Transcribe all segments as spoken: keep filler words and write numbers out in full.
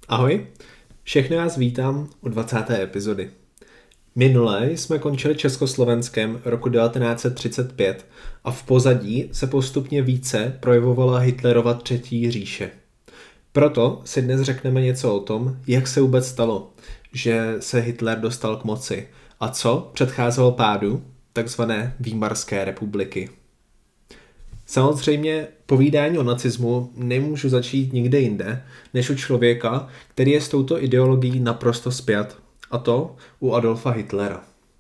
Ahoj, všechny vás vítám u dvacáté epizody. Minule jsme končili Československem roku devatenáct set třicet pět a v pozadí se postupně více projevovala Hitlerova třetí říše. Proto si dnes řekneme něco o tom, jak se vůbec stalo, že se Hitler dostal k moci a co předcházelo pádu takzvané Výmarské republiky. Samozřejmě povídání o nacismu nemůžu začít nikde jinde, než u člověka, který je s touto ideologií naprosto spjat, a to u Adolfa Hitlera.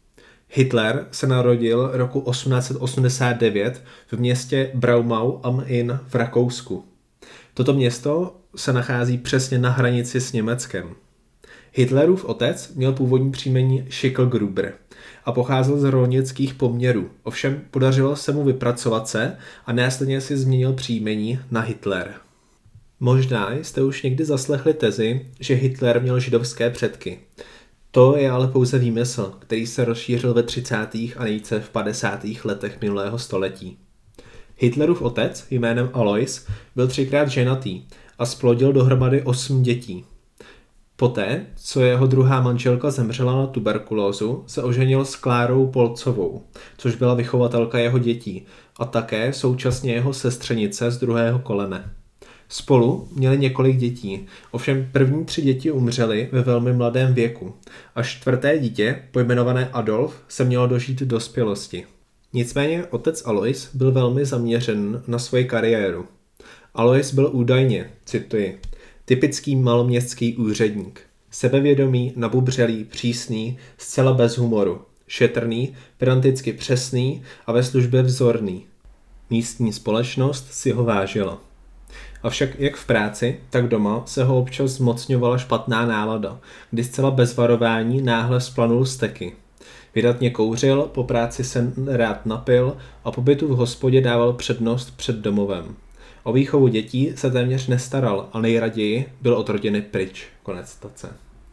Hitler se narodil roku osmnáct set osmdesát devět v městě Braunau am Inn v Rakousku. Toto město se nachází přesně na hranici s Německem. Hitlerův otec měl původní příjmení Schicklgruber a pocházel z rolnických poměrů. Ovšem podařilo se mu vypracovat se a následně si změnil příjmení na Hitler. Možná jste už někdy zaslechli tezi, že Hitler měl židovské předky. To je ale pouze výmysl, který se rozšířil ve třicátých a nejvíce v padesátých letech minulého století. Hitlerův otec jménem Alois byl třikrát ženatý a splodil dohromady osm dětí. Poté, co jeho druhá manželka zemřela na tuberkulózu, se oženil s Klárou Polcovou, což byla vychovatelka jeho dětí a také současně jeho sestřenice z druhého kolene. Spolu měli několik dětí, ovšem první tři děti umřely ve velmi mladém věku a čtvrté dítě, pojmenované Adolf, se mělo dožít dospělosti. Nicméně otec Alois byl velmi zaměřen na svoji kariéru. Alois byl údajně, cituji, typický maloměstský úředník. Sebevědomý, nabubřelý, přísný, zcela bez humoru. Šetrný, pedanticky přesný a ve službě vzorný. Místní společnost si ho vážila. Avšak jak v práci, tak doma se ho občas zmocňovala špatná nálada, kdy zcela bez varování náhle splanul steky. Vydatně kouřil, po práci se rád napil a pobytu v hospodě dával přednost před domovem. O výchovu dětí se téměř nestaral a nejraději byl od rodiny pryč. Konec citace.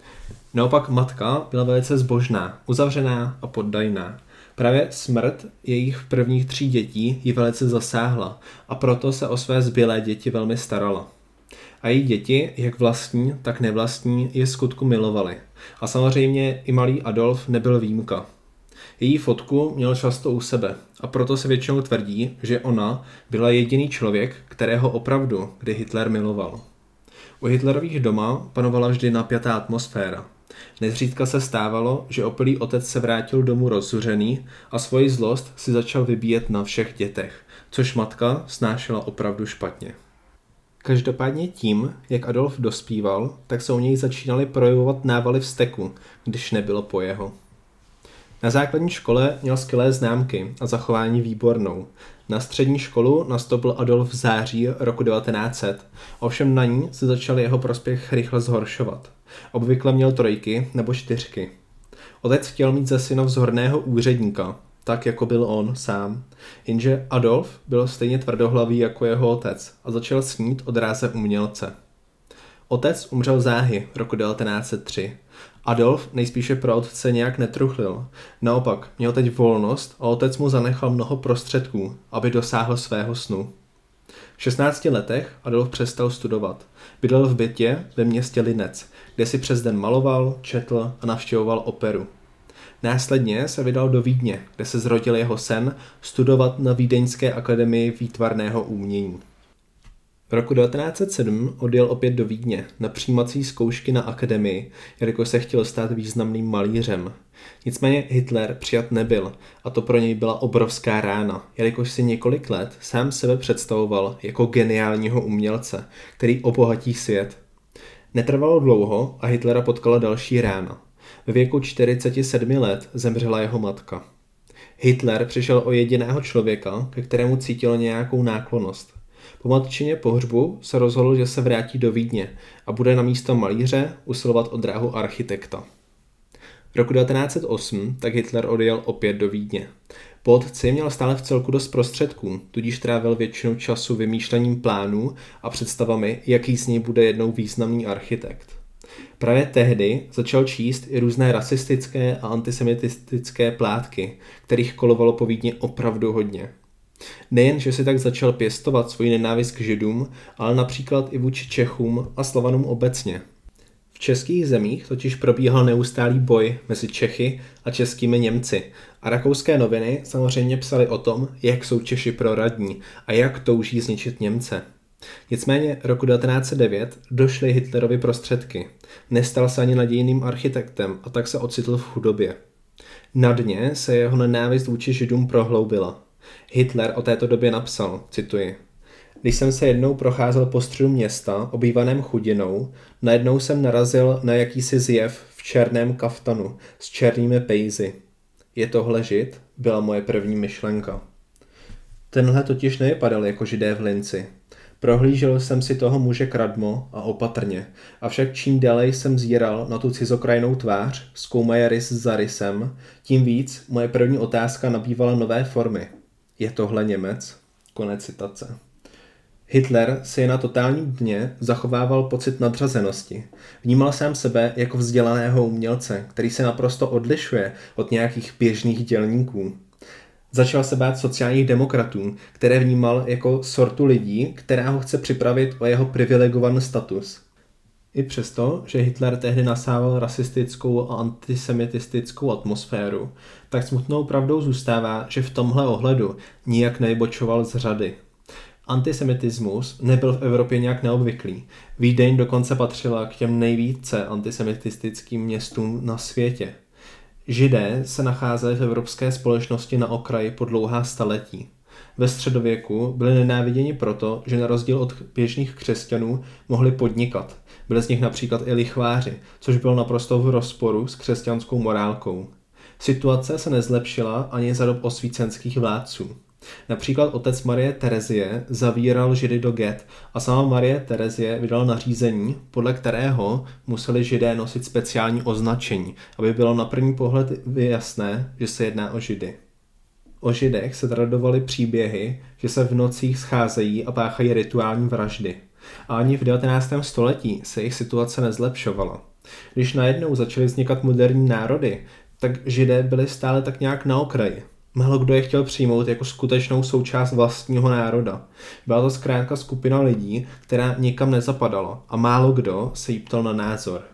Naopak matka byla velice zbožná, uzavřená a poddajná. Právě smrt jejich prvních tří dětí ji velice zasáhla a proto se o své zbylé děti velmi starala. A její děti, jak vlastní, tak nevlastní, je skutku milovali. A samozřejmě i malý Adolf nebyl výjimka. Její fotku měl často u sebe a proto se většinou tvrdí, že ona byla jediný člověk, kterého opravdu kdy Hitler miloval. U Hitlerových doma panovala vždy napjatá atmosféra. Nezřídka se stávalo, že opilý otec se vrátil domů rozzuřený a svoji zlost si začal vybíjet na všech dětech, což matka snášela opravdu špatně. Každopádně tím, jak Adolf dospíval, tak se u něj začínaly projevovat návaly vzteku, když nebylo po jeho. Na základní škole měl skvělé známky a zachování výbornou. Na střední školu nastoupil Adolf v září roku devatenáct set, ovšem na ní se začal jeho prospěch rychle zhoršovat. Obvykle měl trojky nebo čtyřky. Otec chtěl mít ze syna vzorného úředníka, tak jako byl on sám, jenže Adolf byl stejně tvrdohlavý jako jeho otec a začal snít o dráze umělce. Otec umřel záhy roku devatenáct set tři. Adolf nejspíše pro otce nějak netruchlil. Naopak, měl teď volnost a otec mu zanechal mnoho prostředků, aby dosáhl svého snu. V šestnácti letech Adolf přestal studovat. Bydlel v bytě ve městě Linec, kde si přes den maloval, četl a navštěvoval operu. Následně se vydal do Vídně, kde se zrodil jeho sen studovat na Vídeňské akademii výtvarného umění. V roku devatenáct set sedm odjel opět do Vídně na přijímací zkoušky na akademii, jelikož se chtěl stát významným malířem. Nicméně Hitler přijat nebyl a to pro něj byla obrovská rána, jelikož si několik let sám sebe představoval jako geniálního umělce, který obohatí svět. Netrvalo dlouho a Hitlera potkala další rána. Ve věku čtyřiceti sedmi let zemřela jeho matka. Hitler přišel o jediného člověka, ke kterému cítil nějakou náklonnost. Po matčině pohřbu se rozhodl, že se vrátí do Vídně a bude na místo malíře usilovat o dráhu architekta. V roku devatenáct set osm tak Hitler odjel opět do Vídně. Po otci měl stále v celku dost prostředků, tudíž trávil většinu času vymýšlením plánů a představami, jaký z něj bude jednou významný architekt. Právě tehdy začal číst i různé rasistické a antisemitistické plátky, kterých kolovalo po Vídni opravdu hodně. Nejen, že si tak začal pěstovat svůj nenávist k Židům, ale například i vůči Čechům a Slovanům obecně. českých zemích totiž probíhal neustálý boj mezi Čechy a českými Němci a rakouské noviny samozřejmě psaly o tom, jak jsou Češi proradní a jak touží zničit Němce. Nicméně roku devatenáct set devět došly Hitlerovi prostředky. Nestal se ani nadějným architektem a tak se ocitl v chudobě. Na dně se jeho nenávist vůči Židům prohloubila. Hitler o této době napsal, cituji: Když jsem se jednou procházel po středu města, obývaném chudinou, najednou jsem narazil na jakýsi zjev v černém kaftanu s černými pejzy. Je tohle Žid? Byla moje první myšlenka. Tenhle totiž nevypadal jako Židé v Linci. Prohlížel jsem si toho muže kradmo a opatrně, avšak čím déle jsem zíral na tu cizokrajnou tvář, zkoumaje rys za rysem, tím víc moje první otázka nabývala nové formy. Je tohle Němec? Konec citace. Hitler si na totálním dně zachovával pocit nadřazenosti. Vnímal sám sebe jako vzdělaného umělce, který se naprosto odlišuje od nějakých běžných dělníků. Začal se bát sociálních demokratů, které vnímal jako sortu lidí, která ho chce připravit o jeho privilegovaný status. I přesto, že Hitler tehdy nasával rasistickou a antisemitistickou atmosféru, tak smutnou pravdou zůstává, že v tomhle ohledu nijak nevybočoval z řady. Antisemitismus nebyl v Evropě nějak neobvyklý. Vídeň dokonce patřila k těm nejvíce antisemitistickým městům na světě. Židé se nacházeli v evropské společnosti na okraji po dlouhá staletí. Ve středověku byli nenáviděni proto, že na rozdíl od běžných křesťanů mohli podnikat. Byli z nich například i lichváři, což bylo naprosto v rozporu s křesťanskou morálkou. Situace se nezlepšila ani za dob osvícenských vládců. Například otec Marie Terezie zavíral Židy do ghett a sama Marie Terezie vydala nařízení, podle kterého museli Židé nosit speciální označení, aby bylo na první pohled jasné, že se jedná o Židy. O Židech se tradovaly příběhy, že se v nocích scházejí a páchají rituální vraždy. A ani v devatenáctém století se jejich situace nezlepšovala. Když najednou začaly vznikat moderní národy, tak Židé byli stále tak nějak na okraji. Málo kdo je chtěl přijmout jako skutečnou součást vlastního národa. Byla to zkrátka skupina lidí, která nikam nezapadala a málo kdo se jí ptal na názor.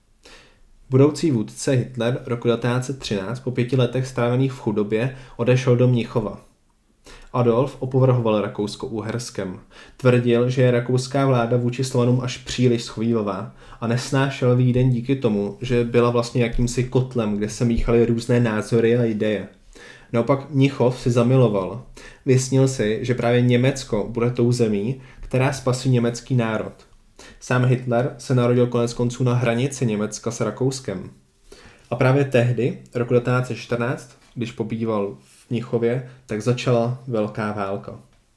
Budoucí vůdce Hitler roku devatenáct set třináct po pěti letech strávených v chudobě odešel do Mnichova. Adolf opovrhoval Rakousko-Uherskem. Tvrdil, že je rakouská vláda vůči Slovanům až příliš schovívavá a nesnášel Vídeň díky tomu, že byla vlastně jakýmsi kotlem, kde se míchaly různé názory a ideje. Naopak Mnichov si zamiloval. Vysnil si, že právě Německo bude tou zemí, která spasí německý národ. Sám Hitler se narodil konec konců na hranici Německa s Rakouskem. A právě tehdy, roku devatenáct set čtrnáct, když pobýval v Mnichově, tak začala velká válka.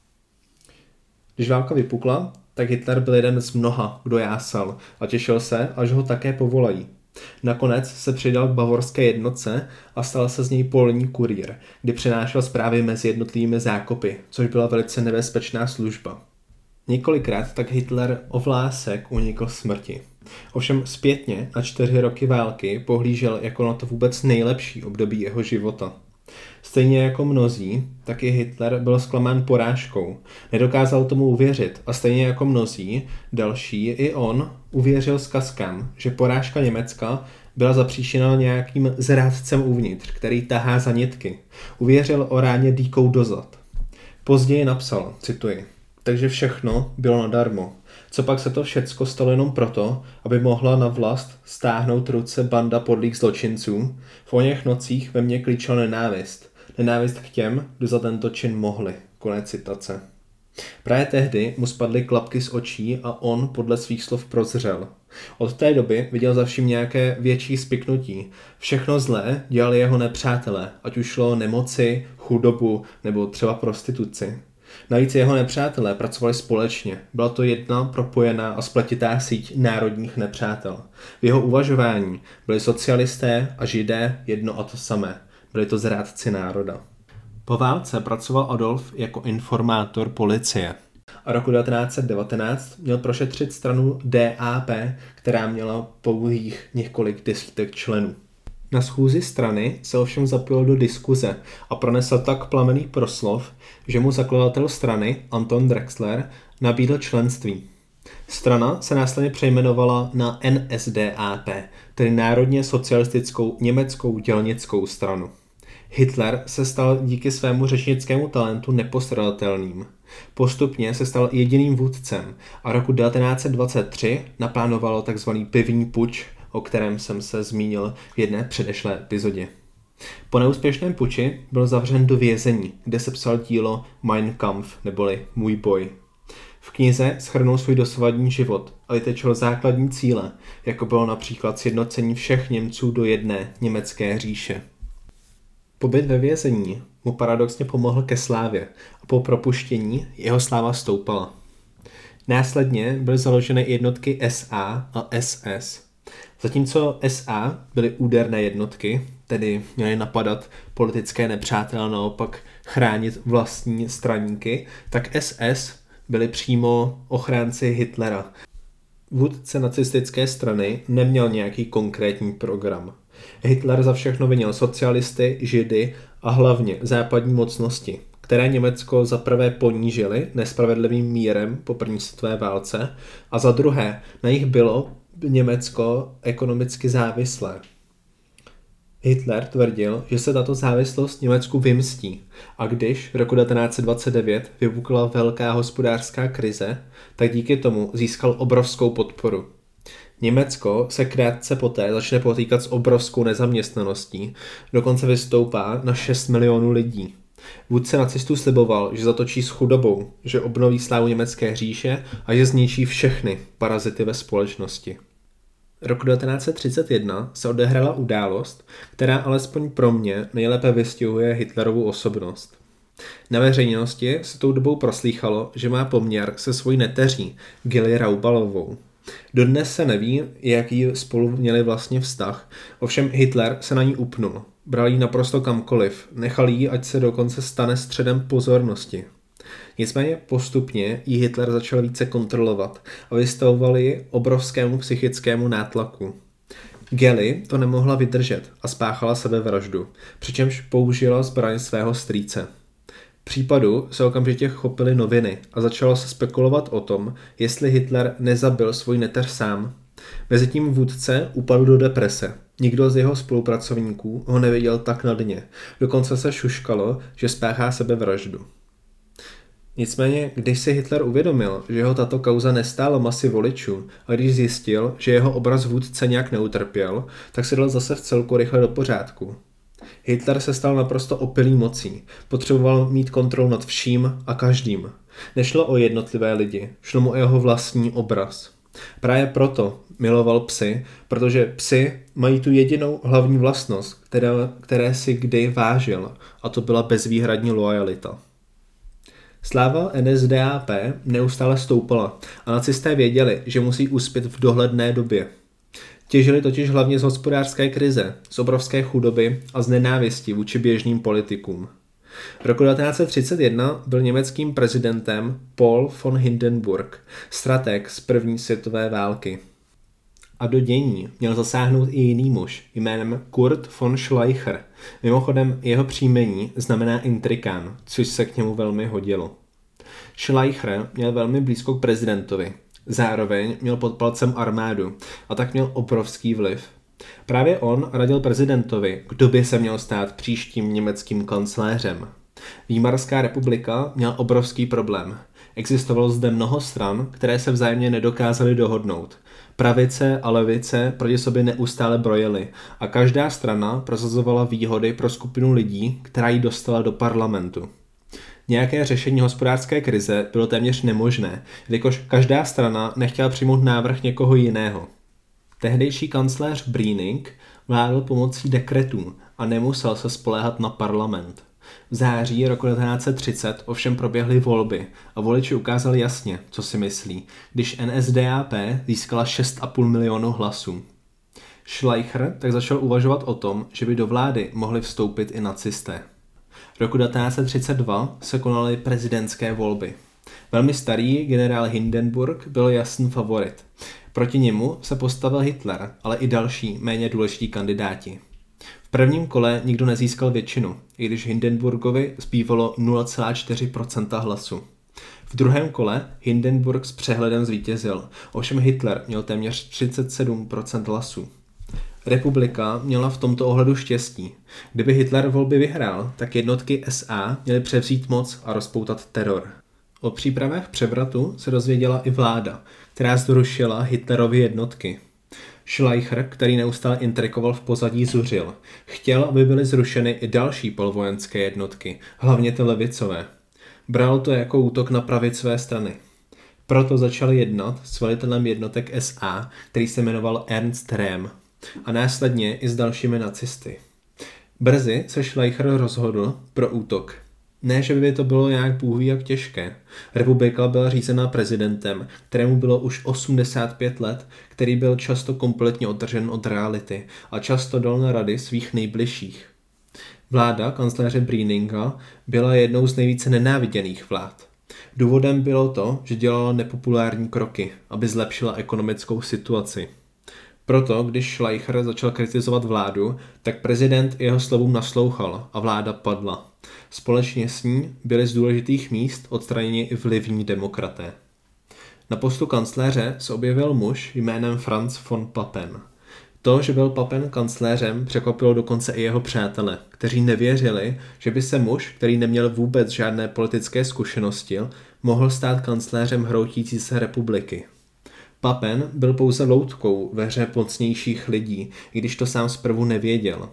Když válka vypukla, tak Hitler byl jeden z mnoha, kdo jásal a těšil se, až ho také povolají. Nakonec se přidal k bavorské jednotce a stal se z něj polní kurýr, kdy přenášel zprávy mezi jednotlivými zákopy, což byla velice nebezpečná služba. Několikrát tak Hitler o vlásek unikl smrti. Ovšem zpětně na čtyři roky války pohlížel jako na to vůbec nejlepší období jeho života. Stejně jako mnozí, tak i Hitler byl zklamán porážkou. Nedokázal tomu uvěřit a stejně jako mnozí, další i on uvěřil zkazkám, že porážka Německa byla zapříčiněna nějakým zrádcem uvnitř, který tahá za nitky. Uvěřil o ráně dýkou dozad. Později napsal, cituji: Takže všechno bylo nadarmo. Co pak se to všecko stalo jenom proto, aby mohla na vlast stáhnout ruce banda podlých zločinců? V oněch nocích ve mně klíčela nenávist. Nenávist k těm, kdo za tento čin mohli. Konec citace. Právě tehdy mu spadly klapky z očí a on podle svých slov prozřel. Od té doby viděl za vším nějaké větší spiknutí. Všechno zlé dělali jeho nepřátelé, ať už šlo o nemoci, chudobu nebo třeba prostituci. Navíc jeho nepřátelé pracovali společně. Byla to jedna propojená a spletitá síť národních nepřátel. V jeho uvažování byli socialisté a Židé jedno a to samé. Byli to zrádci národa. Po válce pracoval Adolf jako informátor policie. A roku devatenáct set devatenáct měl prošetřit stranu D A P, která měla pouhých několik desítek členů. Na schůzi strany se ovšem zapojil do diskuze a pronesl tak plamenný proslov, že mu zakladatel strany, Anton Drexler, nabídl členství. Strana se následně přejmenovala na N S D A P, tedy Národně socialistickou německou dělnickou stranu. Hitler se stal díky svému řečnickému talentu nepostradatelným. Postupně se stal jediným vůdcem a roku devatenáct set dvacet tři naplánovalo tzv. Pivní puč, o kterém jsem se zmínil v jedné předešlé epizodě. Po neúspěšném puči byl zavřen do vězení, kde se psal dílo Mein Kampf, neboli Můj boj. V knize shrnul svůj dosavadní život a vytečil základní cíle, jako bylo například sjednocení všech Němců do jedné německé říše. Pobyt ve vězení mu paradoxně pomohl ke slávě a po propuštění jeho sláva stoupala. Následně byly založeny jednotky S A a S S. Zatímco S A byly úderné jednotky, tedy měly napadat politické nepřátele a naopak chránit vlastní straníky, tak S S byli přímo ochránci Hitlera. Vůdce nacistické strany neměl nějaký konkrétní program. Hitler za všechno vinil socialisty, židy a hlavně západní mocnosti, které Německo za prvé ponížili nespravedlivým mírem po první světové válce a za druhé na nich bylo Německo ekonomicky závislé. Hitler tvrdil, že se tato závislost Německu vymstí a když v roku devatenáct set dvacet devět vypukla velká hospodářská krize, tak díky tomu získal obrovskou podporu. Německo se krátce poté začne potýkat s obrovskou nezaměstnaností, dokonce vystoupá na šest milionů lidí. Vůdce nacistů sliboval, že zatočí s chudobou, že obnoví slávu německé říše a že zničí všechny parazity ve společnosti. Roku devatenáct set třicet jedna se odehrála událost, která alespoň pro mě nejlépe vystihuje Hitlerovu osobnost. Na veřejnosti se tou dobou proslýchalo, že má poměr se svojí neteří Gilly Raubalovou. Dodnes se neví, jaký spolu měli vlastně vztah, ovšem Hitler se na ní upnul. Bral ji naprosto kamkoliv, nechal jí, ať se dokonce stane středem pozornosti. Nicméně postupně ji Hitler začal více kontrolovat a vystavoval ji obrovskému psychickému nátlaku. Gilly to nemohla vydržet a spáchala sebevraždu, přičemž použila zbraň svého strýce. Případu se okamžitě chopily noviny a začalo se spekulovat o tom, jestli Hitler nezabil svůj neteř sám. Mezitím vůdce upadl do deprese. Nikdo z jeho spolupracovníků ho neviděl tak na dně. Dokonce se šuškalo, že spáchá sebevraždu. Nicméně, když si Hitler uvědomil, že ho tato kauza nestála masy voličů a když zjistil, že jeho obraz vůdce nějak neutrpěl, tak se dal zase v celku rychle do pořádku. Hitler se stal naprosto opilý mocí, potřeboval mít kontrolu nad vším a každým. Nešlo o jednotlivé lidi, šlo mu o jeho vlastní obraz. Právě proto miloval psy, protože psy mají tu jedinou hlavní vlastnost, které, které si kdy vážil, a to byla bezvýhradní loajalita. Sláva N S D A P neustále stoupala a nacisté věděli, že musí uspět v dohledné době. Těžili totiž hlavně z hospodářské krize, z obrovské chudoby a z nenávisti vůči běžným politikům. V roku devatenáct set třicet jedna byl německým prezidentem Paul von Hindenburg, stratég z první světové války. A do dění měl zasáhnout i jiný muž jménem Kurt von Schleicher. Mimochodem jeho příjmení znamená intrikán, což se k němu velmi hodilo. Schleicher měl velmi blízko k prezidentovi. Zároveň měl pod palcem armádu a tak měl obrovský vliv. Právě on radil prezidentovi, kdo by se měl stát příštím německým kancléřem. Výmarská republika měla obrovský problém. Existovalo zde mnoho stran, které se vzájemně nedokázaly dohodnout. Pravice a levice proti sobě neustále brojily a každá strana prosazovala výhody pro skupinu lidí, která ji dostala do parlamentu. Nějaké řešení hospodářské krize bylo téměř nemožné, jelikož každá strana nechtěla přijmout návrh někoho jiného. Tehdejší kancléř Brüning vládl pomocí dekretů a nemusel se spoléhat na parlament. V září roku devatenáct set třicet ovšem proběhly volby a voliči ukázali jasně, co si myslí, když N S D A P získala šest a půl milionu hlasů. Schleicher tak začal uvažovat o tom, že by do vlády mohli vstoupit i nacisté. Roku devatenáct set třicet dva se konaly prezidentské volby. Velmi starý generál Hindenburg byl jasný favorit. Proti němu se postavil Hitler, ale i další méně důležití kandidáti. V prvním kole nikdo nezískal většinu, i když Hindenburgovi zbývalo nula celá čtyři procenta hlasu. V druhém kole Hindenburg s přehledem zvítězil, ovšem Hitler měl téměř třicet sedm procent hlasů. Republika měla v tomto ohledu štěstí. Kdyby Hitler volby vyhrál, tak jednotky S A měly převzít moc a rozpoutat teror. O přípravách převratu se dozvěděla i vláda, která zrušila Hitlerovy jednotky. Schleicher, který neustále intrikoval v pozadí, zuřil. Chtěl, aby byly zrušeny i další polovojenské jednotky, hlavně ty levicové. Bral to jako útok na pravicové strany. Proto začal jednat s velitelem jednotek S A, který se jmenoval Ernst Röhm, a následně i s dalšími nacisty. Brzy se Schleicher rozhodl pro útok. Ne, že by to bylo nějak bůhví jak těžké. Republika byla řízená prezidentem, kterému bylo už osmdesát pět let, který byl často kompletně odtržen od reality a často dal na rady svých nejbližších. Vláda kancléře Brüninga byla jednou z nejvíce nenáviděných vlád. Důvodem bylo to, že dělala nepopulární kroky, aby zlepšila ekonomickou situaci. Proto, když Schleicher začal kritizovat vládu, tak prezident jeho slovům naslouchal a vláda padla. Společně s ní byly z důležitých míst odstraněni i vlivní demokraté. Na postu kancléře se objevil muž jménem Franz von Papen. To, že byl Papen kancléřem, překvapilo dokonce i jeho přátele, kteří nevěřili, že by se muž, který neměl vůbec žádné politické zkušenosti, mohl stát kancléřem hroutící se republiky. Papen byl pouze loutkou ve hře mocnějších lidí, i když to sám zprvu nevěděl.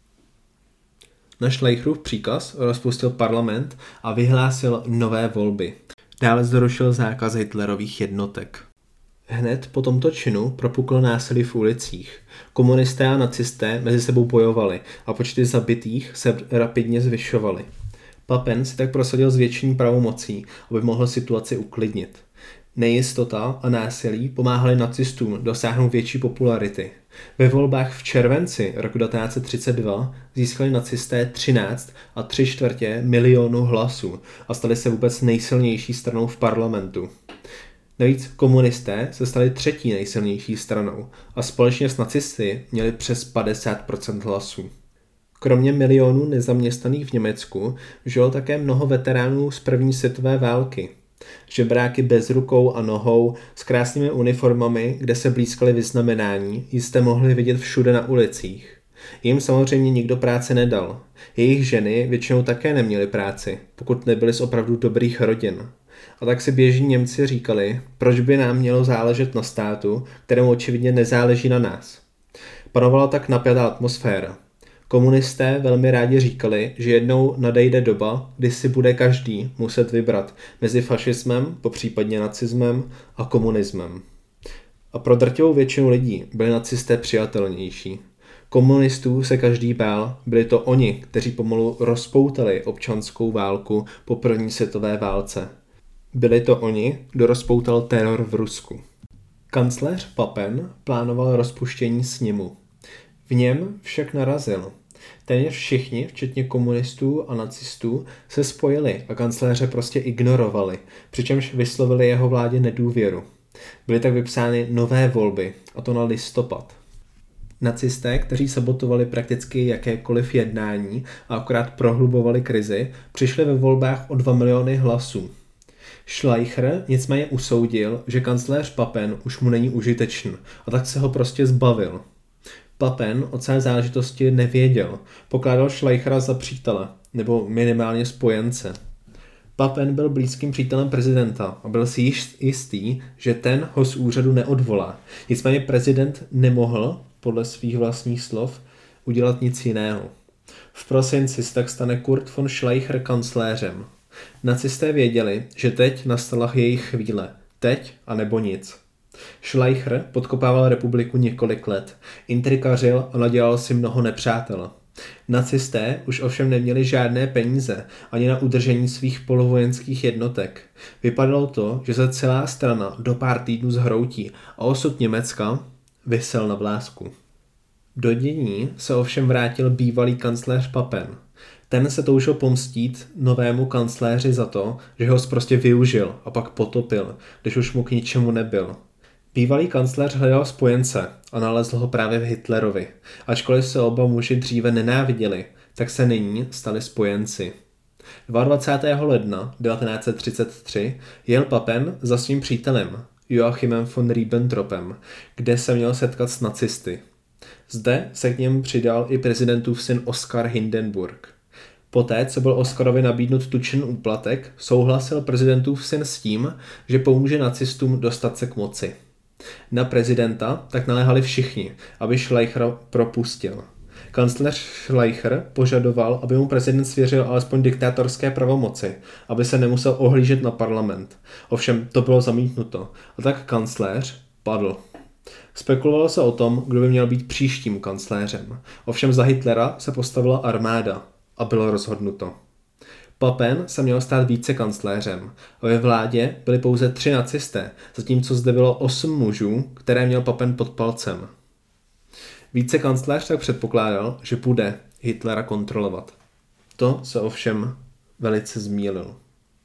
Na Schleicherův příkaz rozpustil parlament a vyhlásil nové volby. Dále zrušil zákaz Hitlerových jednotek. Hned po tomto činu propuklo násilí v ulicích. Komunisté a nacisté mezi sebou bojovali a počty zabitých se rapidně zvyšovaly. Papen si tak prosadil zvětšení pravomocí, aby mohl situaci uklidnit. Nejistota a násilí pomáhaly nacistům dosáhnout větší popularity. Ve volbách v červenci roku devatenáct set třicet dva získali nacisté třináct a tři čtvrtě milionu hlasů a stali se vůbec nejsilnější stranou v parlamentu. Navíc komunisté se stali třetí nejsilnější stranou a společně s nacisty měli přes padesát procent hlasů. Kromě milionů nezaměstnaných v Německu žilo také mnoho veteránů z první světové války. Žebráky bez rukou a nohou s krásnými uniformami, kde se blýskaly vyznamenání, jste mohli vidět všude na ulicích. Jim samozřejmě nikdo práce nedal. Jejich ženy většinou také neměly práci, pokud nebyly z opravdu dobrých rodin. A tak si běžní Němci říkali, proč by nám mělo záležet na státu, kterému očividně nezáleží na nás. Panovala tak napjatá atmosféra. Komunisté velmi rádi říkali, že jednou nadejde doba, kdy si bude každý muset vybrat mezi fašismem, popřípadně nacismem a komunismem. A pro drtivou většinu lidí byli nacisté přijatelnější. Komunistů se každý bál, byli to oni, kteří pomalu rozpoutali občanskou válku po první světové válce. Byli to oni, kdo rozpoutal teror v Rusku. Kancléř Papen plánoval rozpuštění sněmu. V něm však narazil. Téměř všichni, včetně komunistů a nacistů, se spojili a kancléře prostě ignorovali, přičemž vyslovili jeho vládě nedůvěru. Byly tak vypsány nové volby, a to na listopad. Nacisté, kteří sabotovali prakticky jakékoliv jednání a akorát prohlubovali krizi, přišli ve volbách o dva miliony hlasů. Schleicher nicméně usoudil, že kancléř Papen už mu není užitečný a tak se ho prostě zbavil. Papen o celé záležitosti nevěděl, pokládal Schleichera za přítele, nebo minimálně spojence. Papen byl blízkým přítelem prezidenta a byl si jistý, že ten ho z úřadu neodvolá. Nicméně prezident nemohl, podle svých vlastních slov, udělat nic jiného. V prosinci se tak stane Kurt von Schleicher kancléřem. Nacisté věděli, že teď nastala jejich chvíle. Teď a nebo nic. Schleicher podkopával republiku několik let, intrikařil a nadělal si mnoho nepřátel. Nacisté už ovšem neměli žádné peníze ani na udržení svých polovojenských jednotek. Vypadalo to, že se celá strana do pár týdnů zhroutí a osud Německa visel na vlásku. Do dění se ovšem vrátil bývalý kancléř Papen. Ten se toužil pomstít novému kancléři za to, že ho prostě využil a pak potopil, když už mu k ničemu nebyl. Bývalý kancléř hledal spojence a nalezl ho právě v Hitlerovi. Ačkoliv se oba muži dříve nenáviděli, tak se nyní stali spojenci. dvacátého druhého ledna devatenáct set třicet tři jel Papen za svým přítelem Joachimem von Ribbentropem, kde se měl setkat s nacisty. Zde se k němu přidal i prezidentův syn Oskar Hindenburg. Poté, co byl Oskarovi nabídnut tučný úplatek, souhlasil prezidentův syn s tím, že pomůže nacistům dostat se k moci. Na prezidenta tak naléhali všichni, aby Schleichera propustil. Kancléř Schleicher požadoval, aby mu prezident svěřil alespoň diktátorské pravomoci, aby se nemusel ohlížet na parlament. Ovšem to bylo zamítnuto a tak kancléř padl. Spekulovalo se o tom, kdo by měl být příštím kancléřem. Ovšem za Hitlera se postavila armáda a bylo rozhodnuto. Papen se měl stát vicekancléřem a ve vládě byli pouze tři nacisté, zatímco zde bylo osm mužů, které měl Papen pod palcem. Vicekancléř tak předpokládal, že bude Hitlera kontrolovat. To se ovšem velice zmýlil.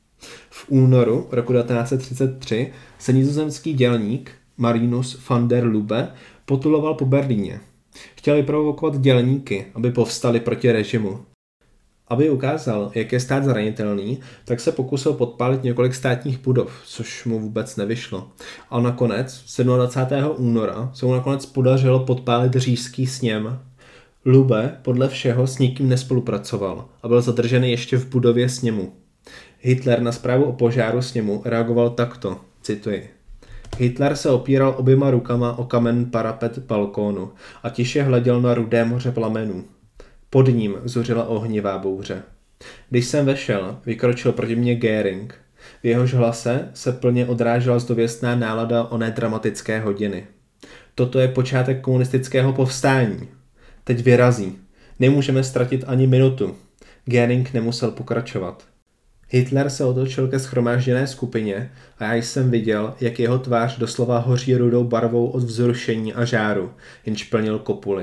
V únoru roku devatenáct set třicet tři se nizozemský dělník Marinus van der Lubbe potuloval po Berlíně. Chtěl vyprovokovat dělníky, aby povstali proti režimu. Aby ukázal, jak je stát zranitelný, tak se pokusil podpálit několik státních budov, což mu vůbec nevyšlo. A nakonec, dvacátého sedmého února, se mu nakonec podařilo podpálit říšský sněm. Lubbe podle všeho s nikým nespolupracoval a byl zadržen ještě v budově sněmu. Hitler na zprávu o požáru sněmu reagoval takto, cituji. Hitler se opíral oběma rukama o kamenný parapet balkónu a tiše hleděl na rudé moře plamenů. Pod ním zuřila ohnivá bouře. Když jsem vešel, vykročil proti mně Göring. V jehož hlase se plně odrážela zdověstná nálada oné dramatické hodiny. Toto je počátek komunistického povstání. Teď vyrazí. Nemůžeme ztratit ani minutu. Göring nemusel pokračovat. Hitler se otočil ke shromážděné skupině a já jsem viděl, jak jeho tvář doslova hoří rudou barvou od vzrušení a žáru, jenž plnil kopuly.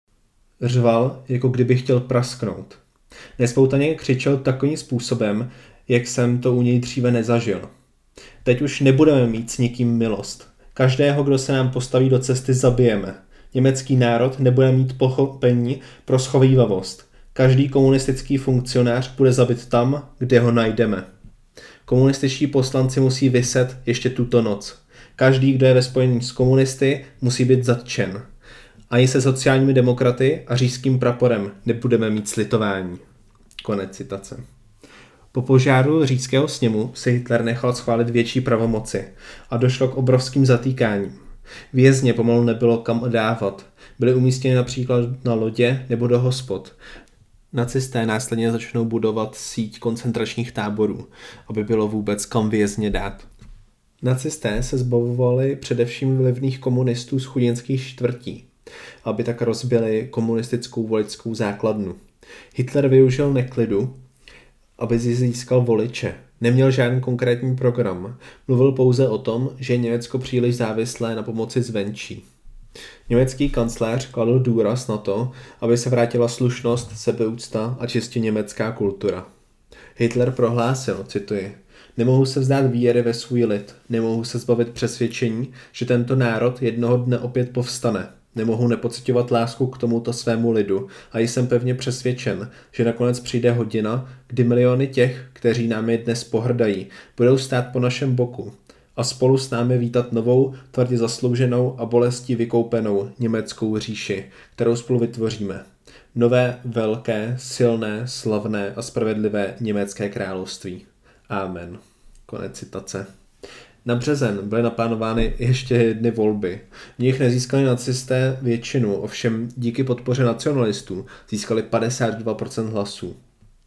Řval, jako kdyby chtěl prasknout. Nespoutaně křičel takovým způsobem, jak jsem to u něj dříve nezažil. Teď už nebudeme mít s nikým milost. Každého, kdo se nám postaví do cesty, zabijeme. Německý národ nebude mít pochopení pro schovívavost. Každý komunistický funkcionář bude zabit tam, kde ho najdeme. Komunističtí poslanci musí viset ještě tuto noc. Každý, kdo je ve spojení s komunisty, musí být zatčen. Ani se sociálními demokraty a říšským praporem nebudeme mít slitování. Konec citace. Po požáru říšského sněmu se Hitler nechal schválit větší pravomoci a došlo k obrovským zatýkáním. Vězně pomalu nebylo kam dávat. Byly umístěny například na lodě nebo do hospod. Nacisté následně začnou budovat síť koncentračních táborů, aby bylo vůbec kam vězně dát. Nacisté se zbavovali především vlivných komunistů z chudinských čtvrtí, aby tak rozbili komunistickou voličskou základnu. Hitler využil neklidu, aby získal voliče. Neměl žádný konkrétní program. Mluvil pouze o tom, že je Německo příliš závislé na pomoci zvenčí. Německý kancléř kladl důraz na to, aby se vrátila slušnost, sebeúcta a čistě německá kultura. Hitler prohlásil, cituji, nemohu se vzdát víry ve svůj lid, nemohu se zbavit přesvědčení, že tento národ jednoho dne opět povstane. Nemohu nepociťovat lásku k tomuto svému lidu a jsem pevně přesvědčen, že nakonec přijde hodina, kdy miliony těch, kteří námi dnes pohrdají, budou stát po našem boku a spolu s námi vítat novou, tvrdě zaslouženou a bolestí vykoupenou německou říši, kterou spolu vytvoříme. Nové, velké, silné, slavné a spravedlivé německé království. Amen. Konec citace. Na březen byly naplánovány ještě jedny volby. V nich nezískali nacisté většinu, ovšem díky podpoře nacionalistů získali padesát dva procent hlasů.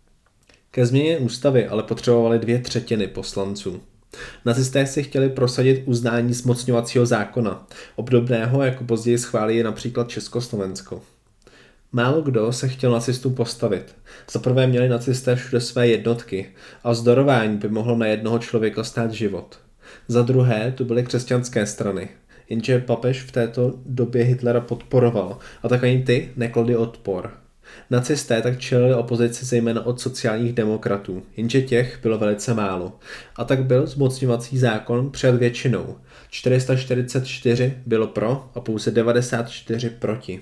Ke změně ústavy ale potřebovali dvě třetiny poslanců. Nacisté si chtěli prosadit uznání zmocňovacího zákona, obdobného jako později schválí například Československo. Málo kdo se chtěl nacistům postavit. Za prvé měli nacisté všude své jednotky a vzdorování by mohlo na jednoho člověka stát život. Za druhé tu byly křesťanské strany, jenže papež v této době Hitlera podporoval a tak ani ty nekladli odpor. Nacisté tak čelili opozici zejména od sociálních demokratů, jenže těch bylo velice málo. A tak byl zmocňovací zákon přijat většinou. čtyři sta čtyřicet čtyři bylo pro a pouze devadesát čtyři proti.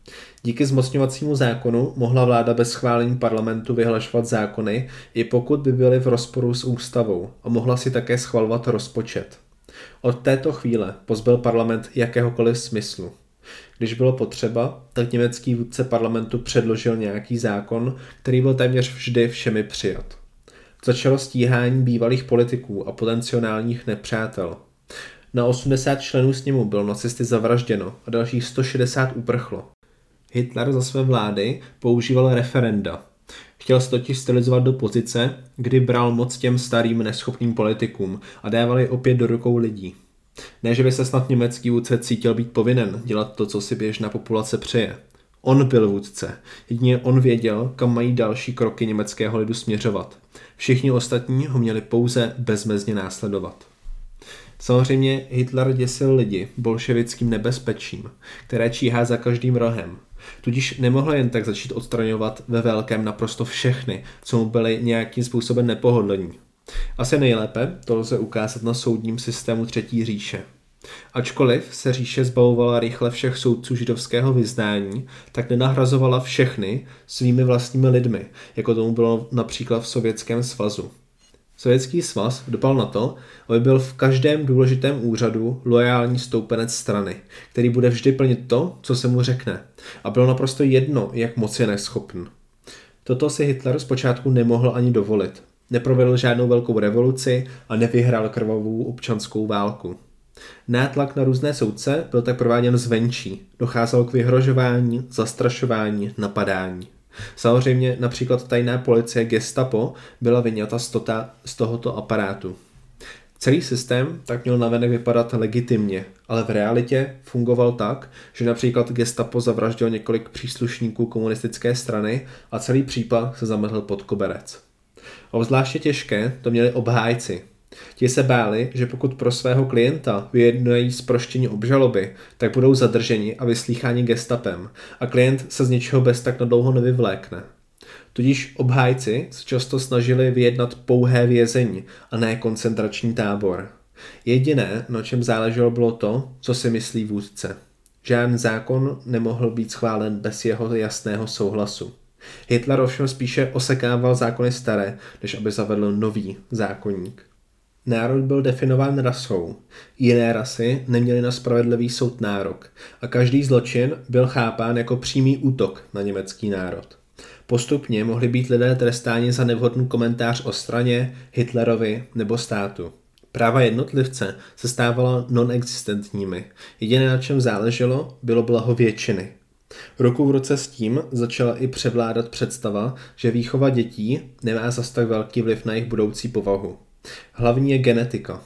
Díky zmocňovacímu zákonu mohla vláda bez schválení parlamentu vyhlašovat zákony, i pokud by byly v rozporu s ústavou, a mohla si také schvalovat rozpočet. Od této chvíle pozbyl parlament jakéhokoliv smyslu. Když bylo potřeba, tak německý vůdce parlamentu předložil nějaký zákon, který byl téměř vždy všemi přijat. Začalo stíhání bývalých politiků a potenciálních nepřátel. Na osmdesát členů sněmu bylo nacisty zavražděno a dalších sto šedesát uprchlo. Hitler za své vlády používal referenda. Chtěl se totiž stylizovat do pozice, kdy bral moc těm starým neschopným politikům a dával je opět do rukou lidí. Ne, že by se snad německý vůdce cítil být povinen dělat to, co si běžná populace přeje. On byl vůdce. Jedině on věděl, kam mají další kroky německého lidu směřovat. Všichni ostatní ho měli pouze bezmezně následovat. Samozřejmě Hitler děsil lidi bolševickým nebezpečím, které číhá za každým rohem. Tudíž nemohl jen tak začít odstraňovat ve velkém naprosto všechny, co mu byli nějakým způsobem nepohodlní. Asi nejlépe to lze ukázat na soudním systému Třetí říše. Ačkoliv se říše zbavovala rychle všech soudců židovského vyznání, tak nenahrazovala všechny svými vlastními lidmi, jako tomu bylo například v Sovětském svazu. Sovětský svaz dopal na to, aby byl v každém důležitém úřadu loajální stoupenec strany, který bude vždy plnit to, co se mu řekne. A bylo naprosto jedno, jak moc je neschopný. Toto si Hitler zpočátku nemohl ani dovolit. Neprovedl žádnou velkou revoluci a nevyhrál krvavou občanskou válku. Nátlak na různé soudce byl tak prováděn zvenčí. Docházelo k vyhrožování, zastrašování, napadání. Samozřejmě například tajná policie Gestapo byla vyňata z, tota, z tohoto aparátu. Celý systém tak měl navenek vypadat legitimně, ale v realitě fungoval tak, že například Gestapo zavraždil několik příslušníků komunistické strany a celý případ se zametl pod koberec. Obzvláště těžké to měli obhájci. Ti se báli, že pokud pro svého klienta vyjednají zproštění obžaloby, tak budou zadrženi a vyslýcháni gestapem a klient se z ničeho bez tak na dlouho nevyvlékne. Tudíž obhájci se často snažili vyjednat pouhé vězení a ne koncentrační tábor. Jediné, na čem záleželo, bylo to, co si myslí vůdce. Žádný zákon nemohl být schválen bez jeho jasného souhlasu. Hitler ovšem spíše osekával zákony staré, než aby zavedl nový zákonník. Národ byl definován rasou. Jiné rasy neměly na spravedlivý soud nárok a každý zločin byl chápán jako přímý útok na německý národ. Postupně mohli být lidé trestáni za nevhodný komentář o straně, Hitlerovi nebo státu. Práva jednotlivce se stávala non-existentními. Jediné, na čem záleželo, bylo blaho většiny. Ruku v ruce s tím začala i převládat představa, že výchova dětí nemá zas tak velký vliv na jejich budoucí povahu. Hlavní je genetika.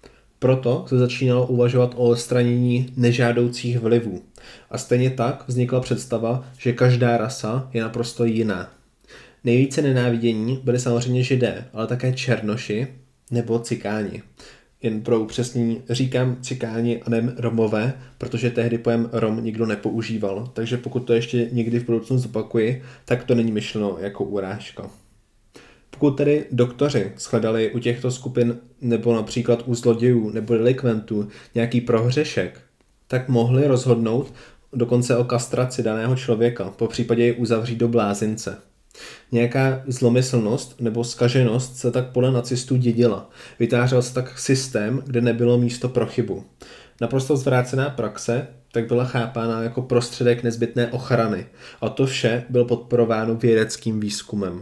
Proto se začínalo uvažovat o odstranění nežádoucích vlivů. A stejně tak vznikla představa, že každá rasa je naprosto jiná. Nejvíce nenávidění byli samozřejmě Židé, ale také Černoši nebo Cikáni. Jen pro upřesnění říkám Cikáni a ne Romové, protože tehdy pojem Rom nikdo nepoužíval, takže pokud to ještě někdy v budoucnu zopakuji, tak to není myšleno jako urážka. Pokud tedy doktoři shledali u těchto skupin nebo například u zlodějů nebo delikventů nějaký prohřešek, tak mohli rozhodnout dokonce o kastraci daného člověka, po případě jej uzavřít do blázince. Nějaká zlomyslnost nebo zkaženost se tak podle nacistů dědila. Vytvářel se tak systém, kde nebylo místo pro chybu. Naprosto zvrácená praxe tak byla chápána jako prostředek nezbytné ochrany a to vše bylo podporováno vědeckým výzkumem.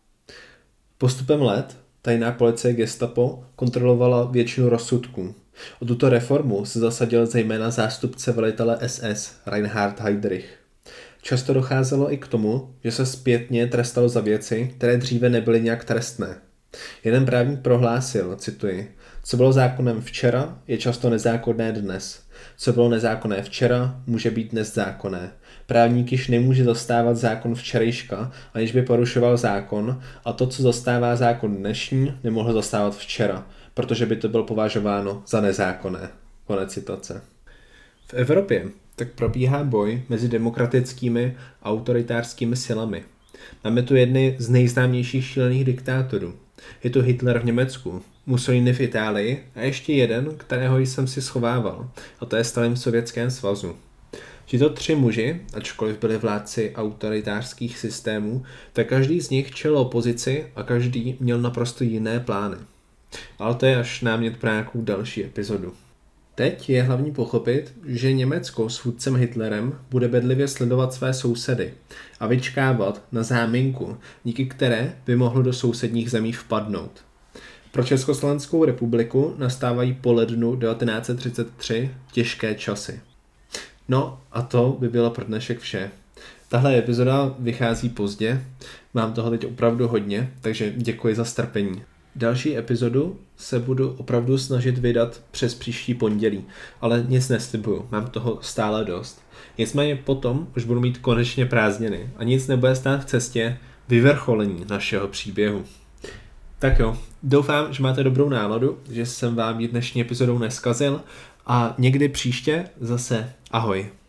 Postupem let tajná policie Gestapo kontrolovala většinu rozsudků. O tuto reformu se zasadil zejména zástupce velitele S S Reinhard Heydrich. Často docházelo i k tomu, že se zpětně trestalo za věci, které dříve nebyly nějak trestné. Jeden právník prohlásil, cituji, co bylo zákonem včera, je často nezákonné dnes. Co bylo nezákonné včera, může být dnes zákonné. Právník již nemůže zastávat zákon včerejška, aniž by porušoval zákon, a to, co zastává zákon dnešní, nemohl zastávat včera, protože by to bylo považováno za nezákonné. Konec citace. V Evropě tak probíhá boj mezi demokratickými a autoritářskými silami. Máme tu jedny z nejznámějších šílených diktátorů. Je to Hitler v Německu, Mussolini v Itálii a ještě jeden, kterého jsem si schovával, a to je Stalin v Sovětském svazu. Tito tři muži, ačkoliv byli vládci autoritářských systémů, tak každý z nich čelil opozici a každý měl naprosto jiné plány. Ale to je až námět pro nějakou další epizodu. Teď je hlavní pochopit, že Německo s vůdcem Hitlerem bude bedlivě sledovat své sousedy a vyčkávat na záminku, díky které by mohlo do sousedních zemí vpadnout. Pro Československou republiku nastávají po lednu devatenáct set třicet tři těžké časy. No a to by bylo pro dnešek vše. Tahle epizoda vychází pozdě, mám toho teď opravdu hodně, takže děkuji za strpení. Další epizodu se budu opravdu snažit vydat přes příští pondělí, ale nic neslibuju, mám toho stále dost. Nicméně potom už budu mít konečně prázdniny a nic nebude stát v cestě vyvrcholení našeho příběhu. Tak jo, doufám, že máte dobrou náladu, že jsem vám ji dnešní epizodou neskazil a někdy příště zase ahoj.